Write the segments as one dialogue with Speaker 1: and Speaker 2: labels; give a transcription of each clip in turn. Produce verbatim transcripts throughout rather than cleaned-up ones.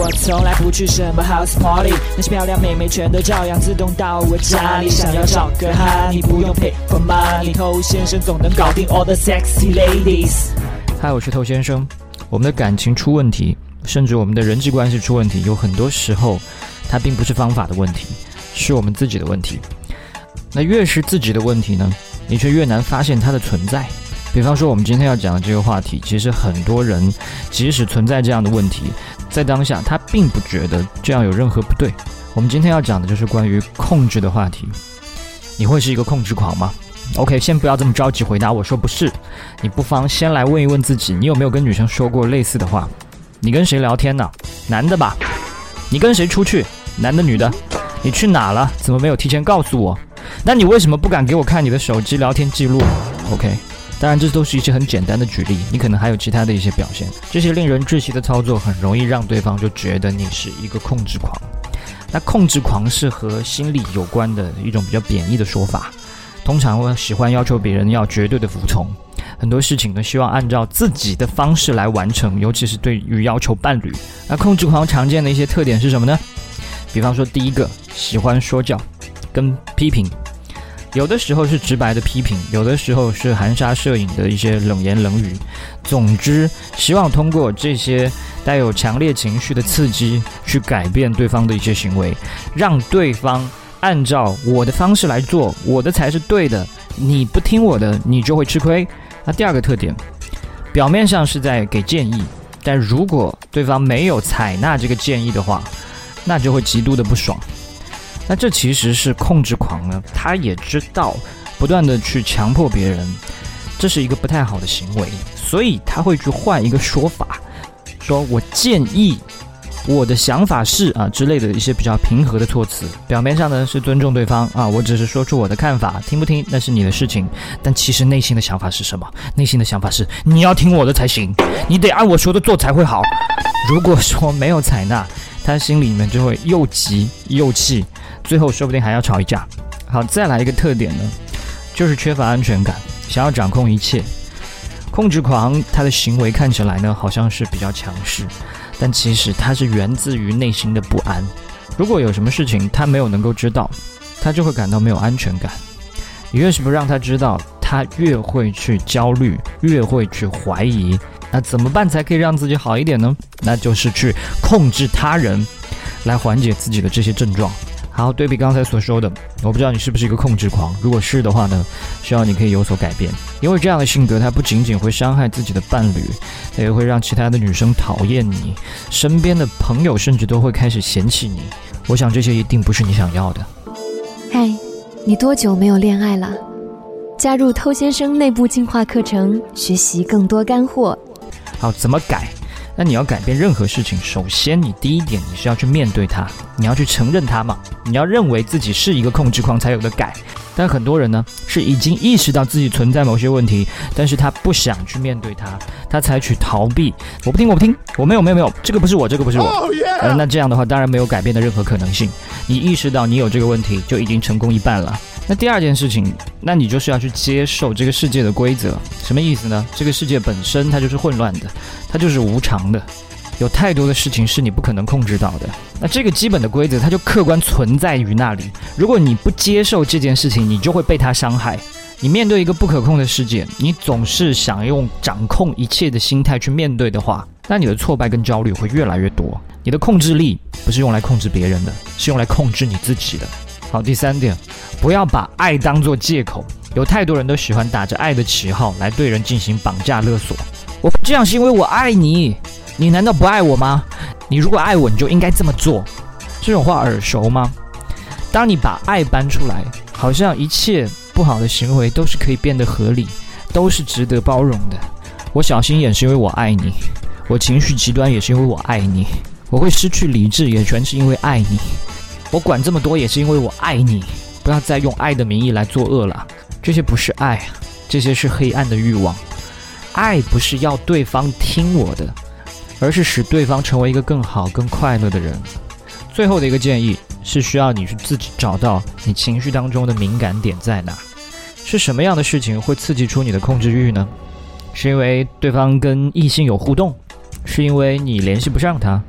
Speaker 1: 我从来不去什么 house party， 那些漂亮妹妹全都照样自动到我家里。想要找个哈，你不用 pay for money， 偷先生总能搞定 all the sexy ladies。
Speaker 2: 嗨，我是偷先生。我们的感情出问题，甚至我们的人际关系出问题，有很多时候它并不是方法的问题，是我们自己的问题。那越是自己的问题呢，你却越难发现它的存在。比方说我们今天要讲的这个话题，其实很多人即使存在这样的问题，在当下他并不觉得这样有任何不对。我们今天要讲的就是关于控制的话题。你会是一个控制狂吗？ OK， 先不要这么着急回答我说不是，你不妨先来问一问自己，你有没有跟女生说过类似的话？你跟谁聊天呢？男的吧？你跟谁出去？男的女的？你去哪了？怎么没有提前告诉我？那你为什么不敢给我看你的手机聊天记录 ？OK， 当然这都是一些很简单的举例，你可能还有其他的一些表现。这些令人窒息的操作很容易让对方就觉得你是一个控制狂。那控制狂是和心理有关的一种比较贬义的说法，通常会喜欢要求别人要绝对的服从，很多事情呢希望按照自己的方式来完成，尤其是对于要求伴侣。那控制狂常见的一些特点是什么呢？比方说第一个，喜欢说教跟批评，有的时候是直白的批评，有的时候是含沙射影的一些冷言冷语。总之希望通过这些带有强烈情绪的刺激去改变对方的一些行为，让对方按照我的方式来做，我的才是对的，你不听我的你就会吃亏。那第二个特点，表面上是在给建议，但如果对方没有采纳这个建议的话，那就会极度的不爽。那这其实是控制狂呢，他也知道不断的去强迫别人，这是一个不太好的行为，所以他会去换一个说法，说我建议，我的想法是啊之类的一些比较平和的措辞。表面上呢是尊重对方啊，我只是说出我的看法，听不听那是你的事情。但其实内心的想法是什么？内心的想法是你要听我的才行，你得按我说的做才会好。如果说没有采纳，他心里面就会又急又气，最后说不定还要吵一架。好，再来一个特点呢，就是缺乏安全感，想要掌控一切。控制狂他的行为看起来呢好像是比较强势，但其实他是源自于内心的不安。如果有什么事情他没有能够知道，他就会感到没有安全感。你越是不让他知道，他越会去焦虑，越会去怀疑。那怎么办才可以让自己好一点呢？那就是去控制他人，来缓解自己的这些症状。好，对比刚才所说的，我不知道你是不是一个控制狂，如果是的话呢，希望你可以有所改变。因为这样的性格，它不仅仅会伤害自己的伴侣，它也会让其他的女生讨厌你，身边的朋友甚至都会开始嫌弃你。我想这些一定不是你想要的。
Speaker 3: 嗨，你多久没有恋爱了？加入偷先生内部进化课程，学习更多干货。
Speaker 2: 好，怎么改？那你要改变任何事情，首先你第一点你是要去面对它，你要去承认它嘛，你要认为自己是一个控制狂才有的改。但很多人呢是已经意识到自己存在某些问题，但是他不想去面对它，他采取逃避，我不听我不听，我没有没有没有，这个不是我这个不是我、oh, yeah. 呃、那这样的话当然没有改变的任何可能性。你意识到你有这个问题就已经成功一半了。那第二件事情，那你就是要去接受这个世界的规则。什么意思呢？这个世界本身它就是混乱的，它就是无常的，有太多的事情是你不可能控制到的。那这个基本的规则它就客观存在于那里，如果你不接受这件事情，你就会被它伤害。你面对一个不可控的世界，你总是想用掌控一切的心态去面对的话，那你的挫败跟焦虑会越来越多。你的控制力不是用来控制别人的，是用来控制你自己的。好，第三点，不要把爱当作借口。有太多人都喜欢打着爱的旗号来对人进行绑架勒索。我这样是因为我爱你，你难道不爱我吗？你如果爱我，你就应该这么做。这种话耳熟吗？当你把爱搬出来，好像一切不好的行为都是可以变得合理，都是值得包容的。我小心眼是因为我爱你，我情绪极端也是因为我爱你，我会失去理智也全是因为爱你，我管这么多也是因为我爱你。不要再用爱的名义来作恶了，这些不是爱，这些是黑暗的欲望。爱不是要对方听我的，而是使对方成为一个更好更快乐的人。最后的一个建议是需要你去自己找到你情绪当中的敏感点在哪。是什么样的事情会刺激出你的控制欲呢？是因为对方跟异性有互动，是因为你联系不上他，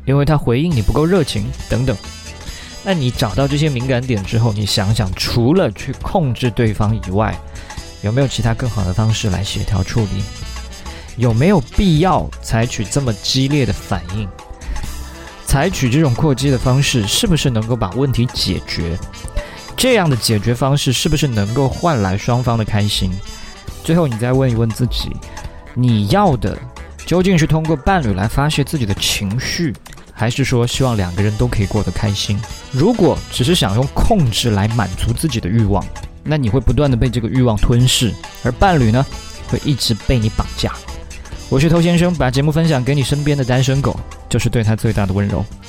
Speaker 2: 因为他回应你不够热情等等。那你找到这些敏感点之后，你想想，除了去控制对方以外，有没有其他更好的方式来协调处理？有没有必要采取这么激烈的反应？采取这种过激的方式，是不是能够把问题解决？这样的解决方式是不是能够换来双方的开心？最后你再问一问自己，你要的究竟是通过伴侣来发泄自己的情绪，还是说希望两个人都可以过得开心？如果只是想用控制来满足自己的欲望，那你会不断的被这个欲望吞噬，而伴侣呢，会一直被你绑架。我是头先生，把节目分享给你身边的单身狗，就是对他最大的温柔。